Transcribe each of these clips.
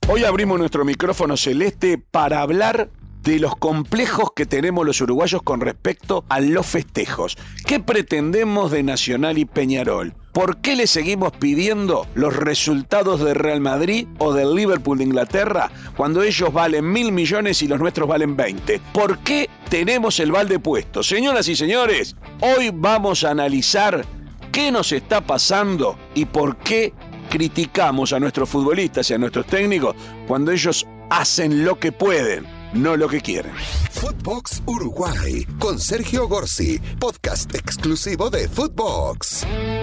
Hoy abrimos nuestro micrófono celeste para hablar de los complejos que tenemos los uruguayos con respecto a los festejos. ¿Qué pretendemos de Nacional y Peñarol? ¿Por qué le seguimos pidiendo los resultados de Real Madrid o del Liverpool de Inglaterra cuando ellos valen 1.000 millones y los nuestros valen 20? ¿Por qué tenemos el balde puesto? Señoras y señores, hoy vamos a analizar qué nos está pasando y por qué criticamos a nuestros futbolistas y a nuestros técnicos cuando ellos hacen lo que pueden, no lo que quieren. Footbox Uruguay con Sergio Gorsi, podcast exclusivo de Footbox.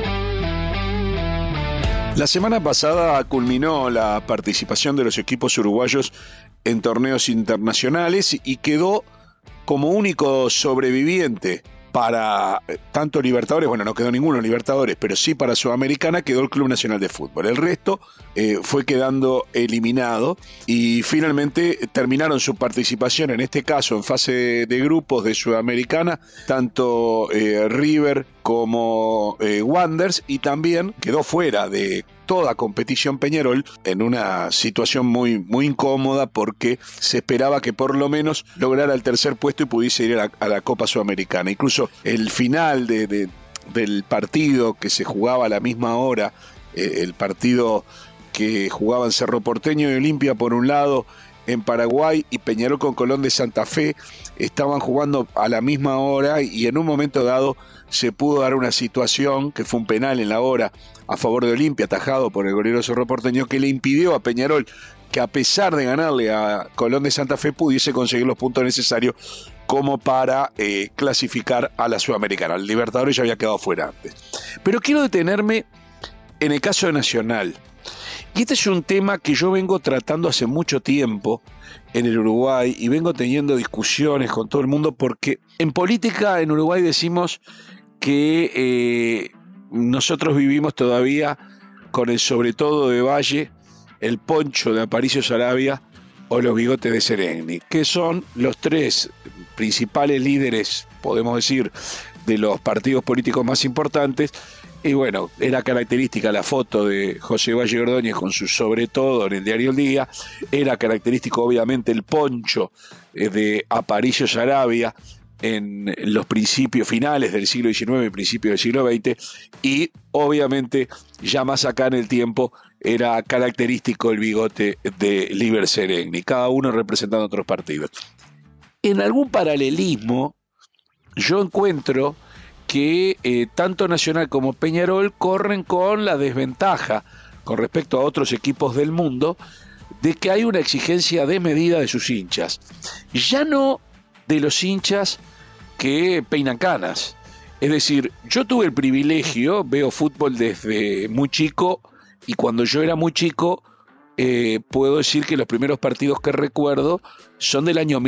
La semana pasada culminó la participación de los equipos uruguayos en torneos internacionales y quedó como único sobreviviente para tanto Libertadores, bueno, no quedó ninguno Libertadores, pero sí para Sudamericana quedó el Club Nacional de Fútbol. El resto fue quedando eliminado y finalmente terminaron su participación, en este caso en fase de grupos de Sudamericana, tanto River como Wanderers, y también quedó fuera de toda competición Peñarol en una situación muy, muy incómoda porque se esperaba que por lo menos lograra el tercer puesto y pudiese ir a la Copa Sudamericana. Incluso el final del partido que se jugaba a la misma hora, el partido que jugaban Cerro Porteño y Olimpia por un lado en Paraguay y Peñarol con Colón de Santa Fe, estaban jugando a la misma hora y en un momento dado se pudo dar una situación que fue un penal en la hora a favor de Olimpia, atajado por el golero Cerro Porteño, que le impidió a Peñarol, que a pesar de ganarle a Colón de Santa Fe, pudiese conseguir los puntos necesarios como para clasificar a la Sudamericana. El Libertadores ya había quedado fuera antes. Pero quiero detenerme en el caso de Nacional. Y este es un tema que yo vengo tratando hace mucho tiempo en el Uruguay y vengo teniendo discusiones con todo el mundo porque en política en Uruguay decimos que nosotros vivimos todavía con el sobre todo de Valle, el poncho de Aparicio Saravia o los bigotes de Serengni, que son los tres principales líderes, podemos decir, de los partidos políticos más importantes. Y bueno, era característica la foto de José Valle Ordóñez con su sobre todo en el diario El Día, era característico obviamente el poncho de Aparicio Saravia en los principios finales del siglo XIX y principios del siglo XX, y obviamente ya más acá en el tiempo era característico el bigote de Liber Serengni, cada uno representando otros partidos. En algún paralelismo yo encuentro que tanto Nacional como Peñarol corren con la desventaja con respecto a otros equipos del mundo de que hay una exigencia desmedida de sus hinchas. Ya no de los hinchas que peinan canas. Es decir, yo tuve el privilegio, veo fútbol desde muy chico, y cuando yo era muy chico, puedo decir que los primeros partidos que recuerdo son del año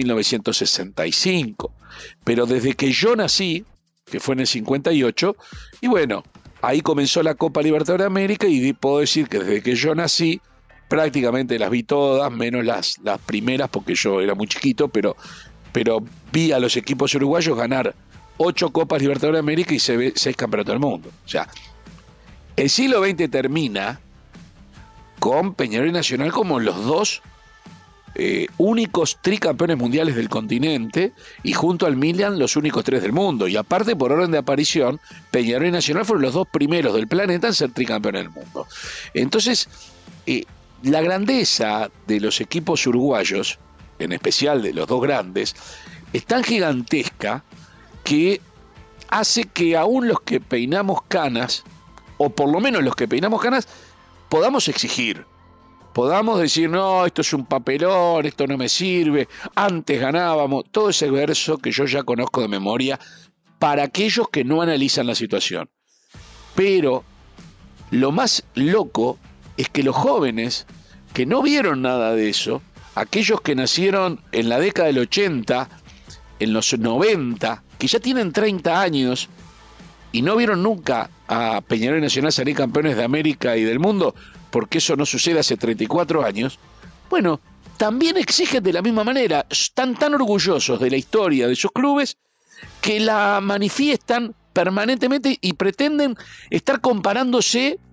1965. Pero desde que yo nací, que fue en el 58, y bueno, ahí comenzó la Copa Libertadores de América y puedo decir que desde que yo nací prácticamente las vi todas, menos las primeras porque yo era muy chiquito, pero vi a los equipos uruguayos ganar 8 Copas Libertadores de América y 6 Campeonatos del Mundo. O sea, el siglo XX termina con Peñarol y Nacional como los dos únicos tricampeones mundiales del continente y junto al Milan los únicos 3 del mundo. Y aparte, por orden de aparición, Peñarol y Nacional fueron los 2 primeros del planeta en ser tricampeones del mundo. Entonces, la grandeza de los equipos uruguayos, en especial de los 2 grandes, es tan gigantesca que hace que aún los que peinamos canas, o por lo menos los que peinamos canas, podamos exigir. Podamos decir, no, esto es un papelón, esto no me sirve, antes ganábamos, todo ese verso que yo ya conozco de memoria para aquellos que no analizan la situación. Pero lo más loco es que los jóvenes que no vieron nada de eso, aquellos que nacieron en la década del 80, en los 90, que ya tienen 30 años y no vieron nunca a Peñarol y Nacional salir campeones de América y del mundo, porque eso no sucede hace 34 años, bueno, también exigen de la misma manera, están tan orgullosos de la historia de sus clubes que la manifiestan permanentemente y pretenden estar comparándose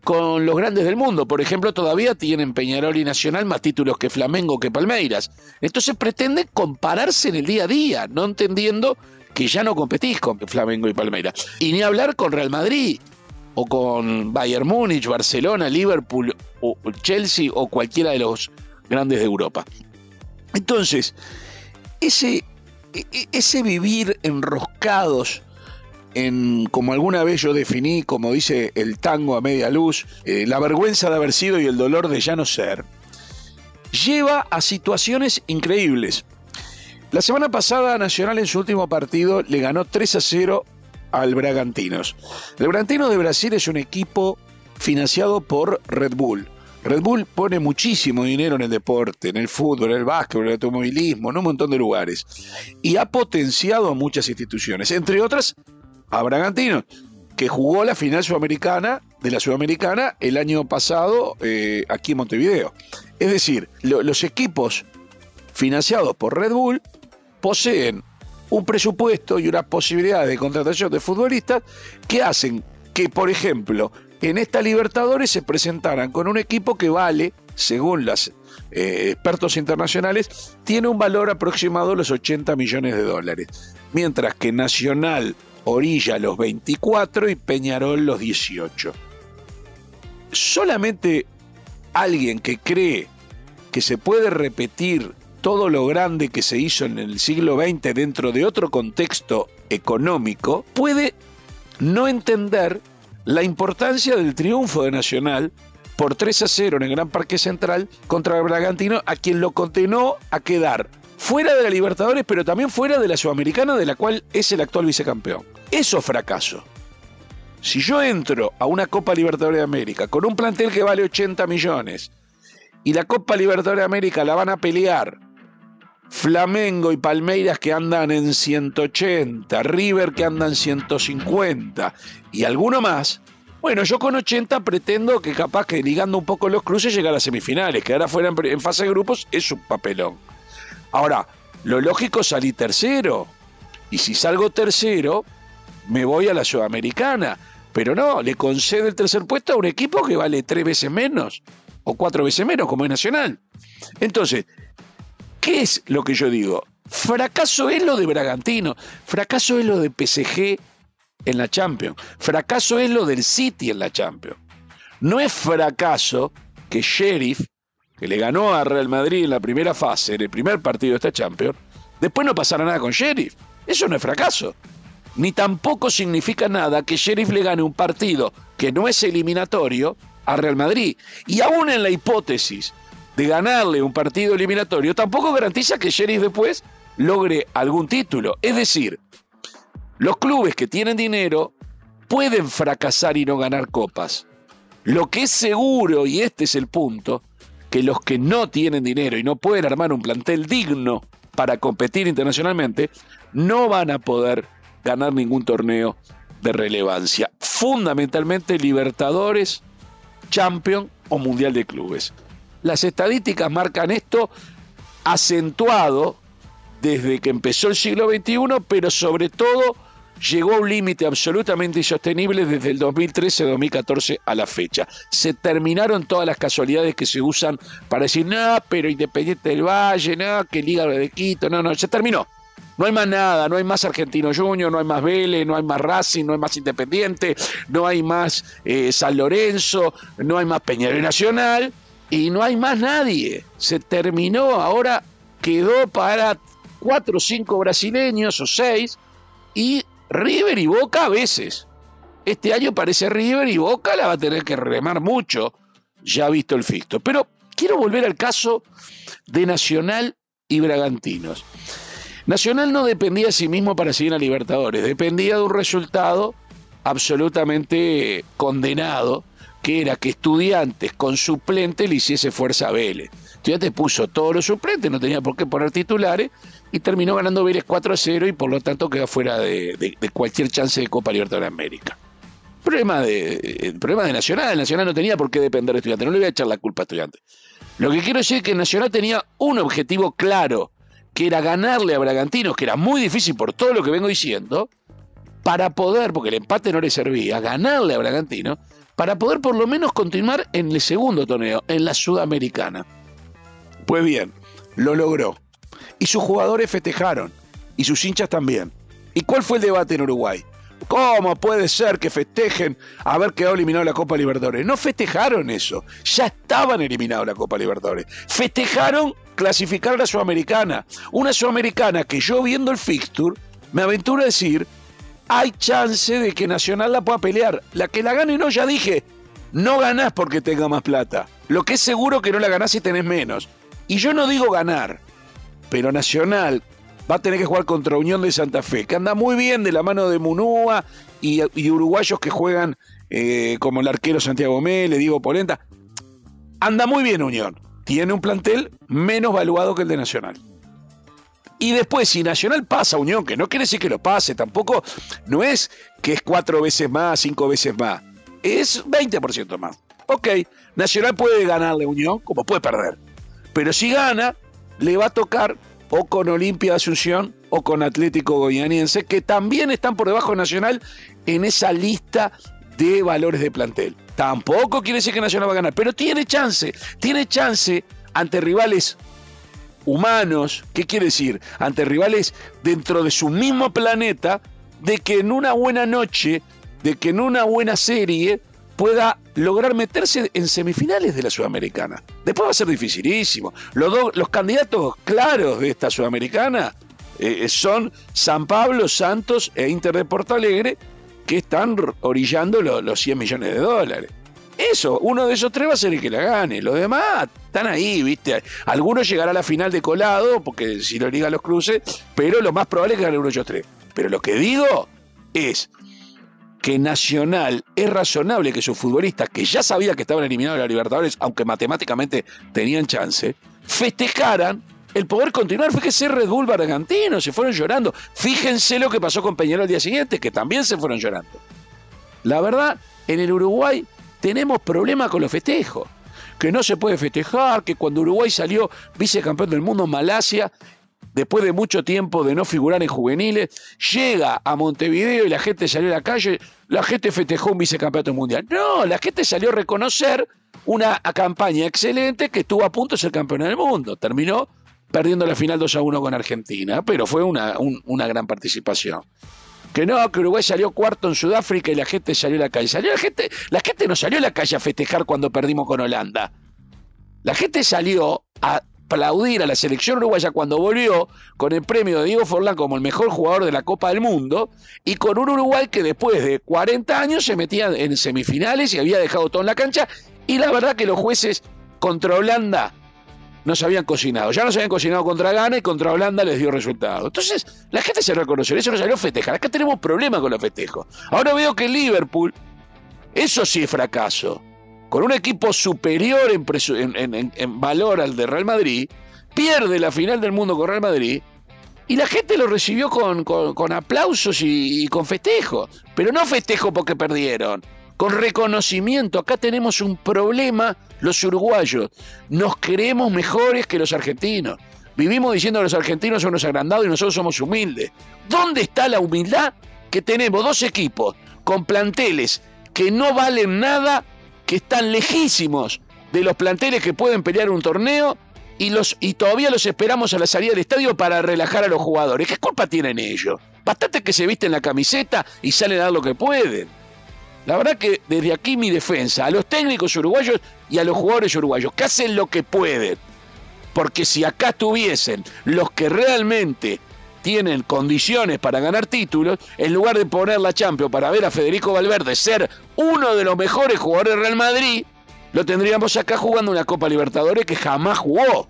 con los grandes del mundo. Por ejemplo, todavía tienen Peñarol y Nacional más títulos que Flamengo, que Palmeiras. Entonces pretende compararse en el día a día, no entendiendo que ya no competís con Flamengo y Palmeiras. Y ni hablar con Real Madrid, o con Bayern Múnich, Barcelona, Liverpool, o Chelsea, o cualquiera de los grandes de Europa. Entonces, ese vivir enroscados en, como alguna vez yo definí, como dice el tango a media luz, la vergüenza de haber sido y el dolor de ya no ser, lleva a situaciones increíbles. La semana pasada Nacional en su último partido le ganó 3-0 al Bragantinos. El Bragantinos de Brasil es un equipo financiado por Red Bull. Red Bull pone muchísimo dinero en el deporte, en el fútbol, en el básquetbol, en el automovilismo, en un montón de lugares. Y ha potenciado a muchas instituciones, entre otras a Bragantino, que jugó la final sudamericana de la Sudamericana el año pasado aquí en Montevideo. Es decir, los equipos financiados por Red Bull poseen un presupuesto y una posibilidad de contratación de futbolistas que hacen que, por ejemplo, en esta Libertadores se presentaran con un equipo que vale, según los expertos internacionales, tiene un valor aproximado a los 80 millones de dólares, mientras que Nacional orilla los 24 y Peñarol los 18. Solamente alguien que cree que se puede repetir todo lo grande que se hizo en el siglo XX dentro de otro contexto económico puede no entender la importancia del triunfo de Nacional por 3-0 en el Gran Parque Central contra el Bragantino, a quien lo condenó a quedar fuera de la Libertadores, pero también fuera de la Sudamericana, de la cual es el actual vicecampeón. Eso es fracaso. Si yo entro a una Copa Libertadores de América con un plantel que vale 80 millones y la Copa Libertadores de América la van a pelear Flamengo y Palmeiras que andan en 180, River que andan en 150 y alguno más, bueno, yo con 80 pretendo que capaz que ligando un poco los cruces llegar a las semifinales, quedar afuera en fase de grupos es un papelón. Ahora, lo lógico es salir tercero, y si salgo tercero, me voy a la Sudamericana, pero no, le concede el tercer puesto a un equipo que vale 3 veces menos, o 4 veces menos, como es Nacional. Entonces, ¿qué es lo que yo digo? Fracaso es lo de Bragantino, fracaso es lo de PSG en la Champions, fracaso es lo del City en la Champions. No es fracaso que Sheriff, que le ganó a Real Madrid en la primera fase, en el primer partido de esta Champions, después no pasará nada con Sheriff. Eso no es fracaso. Ni tampoco significa nada que Sheriff le gane un partido que no es eliminatorio a Real Madrid. Y aún en la hipótesis de ganarle un partido eliminatorio, tampoco garantiza que Sheriff después logre algún título. Es decir, los clubes que tienen dinero pueden fracasar y no ganar copas. Lo que es seguro, y este es el punto, que los que no tienen dinero y no pueden armar un plantel digno para competir internacionalmente, no van a poder ganar ningún torneo de relevancia. Fundamentalmente Libertadores, Champions o Mundial de Clubes. Las estadísticas marcan esto acentuado desde que empezó el siglo XXI, pero sobre todo llegó a un límite absolutamente insostenible desde el 2013-2014 a la fecha. Se terminaron todas las casualidades que se usan para decir, no, pero Independiente del Valle, no, que Liga de Quito, no, se terminó. No hay más nada, no hay más Argentino Junior, no hay más Vélez, no hay más Racing, no hay más Independiente, no hay más San Lorenzo, no hay más Peñarol Nacional y no hay más nadie. Se terminó, ahora quedó para 4 o 5 brasileños o 6 y River y Boca a veces. Este año parece River y Boca la va a tener que remar mucho, ya visto el fixture. Pero quiero volver al caso de Nacional y Bragantinos. Nacional no dependía de sí mismo para seguir a Libertadores, dependía de un resultado absolutamente condenado, que era que Estudiantes con suplentes le hiciese fuerza a Vélez. Estudiantes puso todos los suplentes, no tenía por qué poner titulares, y terminó ganando Vélez 4-0 y por lo tanto quedó fuera de cualquier chance de Copa Libertadores de América. El problema de Nacional no tenía por qué depender de Estudiantes, no le voy a echar la culpa a Estudiantes. Lo que quiero decir es que Nacional tenía un objetivo claro, que era ganarle a Bragantinos, que era muy difícil por todo lo que vengo diciendo, para poder, porque el empate no le servía, ganarle a Bragantinos, para poder por lo menos continuar en el segundo torneo, en la Sudamericana. Pues bien, lo logró. Y sus jugadores festejaron, y sus hinchas también. ¿Y cuál fue el debate en Uruguay? ¿Cómo puede ser que festejen haber quedado eliminado la Copa Libertadores? No festejaron eso, ya estaban eliminados la Copa Libertadores. Festejaron clasificar a la Sudamericana. Una Sudamericana que yo viendo el fixture me aventuro a decir, hay chance de que Nacional la pueda pelear. La que la gane no, ya dije, no ganás porque tenga más plata. Lo que es seguro que no la ganás si tenés menos. Y yo no digo ganar, pero Nacional va a tener que jugar contra Unión de Santa Fe, que anda muy bien de la mano de Munúa y uruguayos que juegan como el arquero Santiago Mele, Diego Polenta. Anda muy bien Unión. Tiene un plantel menos valuado que el de Nacional. Y después, si Nacional pasa a Unión, que no quiere decir que lo pase, tampoco no es que es 4 veces más, 5 veces más. Es 20% más. Ok, Nacional puede ganarle a Unión, como puede perder. Pero si gana, le va a tocar o con Olimpia de Asunción o con Atlético Goianiense, que también están por debajo de Nacional en esa lista de valores de plantel. Tampoco quiere decir que Nacional va a ganar, pero tiene chance ante rivales humanos. ¿Qué quiere decir? Ante rivales dentro de su mismo planeta, de que en una buena noche, de que en una buena serie pueda lograr meterse en semifinales de la Sudamericana. Después va a ser dificilísimo. Los candidatos claros de esta Sudamericana son San Pablo, Santos e Inter de Porto Alegre, que están orillando los 100 millones de dólares. Eso, uno de esos tres va a ser el que la gane. Los demás están ahí, ¿viste? Algunos llegará a la final de colado, porque si lo ligan los cruces, pero lo más probable es que gane uno de ellos tres. Pero lo que digo es que Nacional es razonable que sus futbolistas, que ya sabían que estaban eliminados de la Libertadores, aunque matemáticamente tenían chance, festejaran el poder continuar. Fíjese Red Bull Bragantino, se fueron llorando. Fíjense lo que pasó con Peñarol al día siguiente, que también se fueron llorando. La verdad, en el Uruguay tenemos problemas con los festejos, que no se puede festejar, que cuando Uruguay salió vicecampeón del mundo en Malasia, después de mucho tiempo de no figurar en juveniles, llega a Montevideo y la gente salió a la calle, la gente festejó un vicecampeonato mundial. No, la gente salió a reconocer una campaña excelente que estuvo a punto de ser campeón del mundo. Terminó perdiendo la final 2-1 con Argentina, pero fue una gran participación. Que no, que Uruguay salió cuarto en Sudáfrica y la gente salió a la calle. La gente no salió a la calle a festejar cuando perdimos con Holanda. La gente salió a aplaudir a la selección uruguaya cuando volvió con el premio de Diego Forlán como el mejor jugador de la Copa del Mundo y con un Uruguay que después de 40 años se metía en semifinales y había dejado todo en la cancha, y la verdad que los jueces contra Holanda no se habían cocinado. Ya no se habían cocinado contra Ghana y contra Holanda les dio resultado. Entonces, la gente se reconoció, eso no salió a festejar. Acá tenemos problemas con los festejos. Ahora veo que Liverpool, eso sí es fracaso, con un equipo superior en valor al de Real Madrid, pierde la final del mundo con Real Madrid y la gente lo recibió con aplausos y con festejo. Pero no festejo porque perdieron, con reconocimiento. Acá tenemos un problema los uruguayos. Nos creemos mejores que los argentinos. Vivimos diciendo que los argentinos son los agrandados y nosotros somos humildes. ¿Dónde está la humildad? Que tenemos dos equipos con planteles que no valen nada, que están lejísimos de los planteles que pueden pelear un torneo y todavía los esperamos a la salida del estadio para relajar a los jugadores. ¿Qué culpa tienen ellos? Bastante que se visten la camiseta y salen a dar lo que pueden. La verdad que desde aquí mi defensa a los técnicos uruguayos y a los jugadores uruguayos que hacen lo que pueden, porque si acá estuviesen los que realmente tienen condiciones para ganar títulos, en lugar de poner la Champions para ver a Federico Valverde ser uno de los mejores jugadores del Real Madrid, lo tendríamos acá jugando una Copa Libertadores que jamás jugó.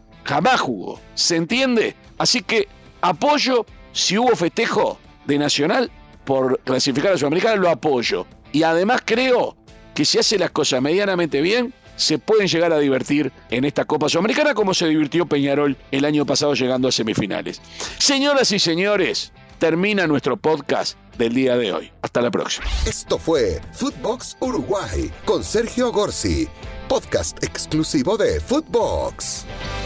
¿Se entiende? Así que apoyo, si hubo festejo de Nacional por clasificar a la Sudamericana, lo apoyo. Y además creo que si hace las cosas medianamente bien, se pueden llegar a divertir en esta Copa Sudamericana como se divirtió Peñarol el año pasado llegando a semifinales. Señoras y señores, termina nuestro podcast del día de hoy. Hasta la próxima. Esto fue Footbox Uruguay con Sergio Gorsi, podcast exclusivo de Footbox.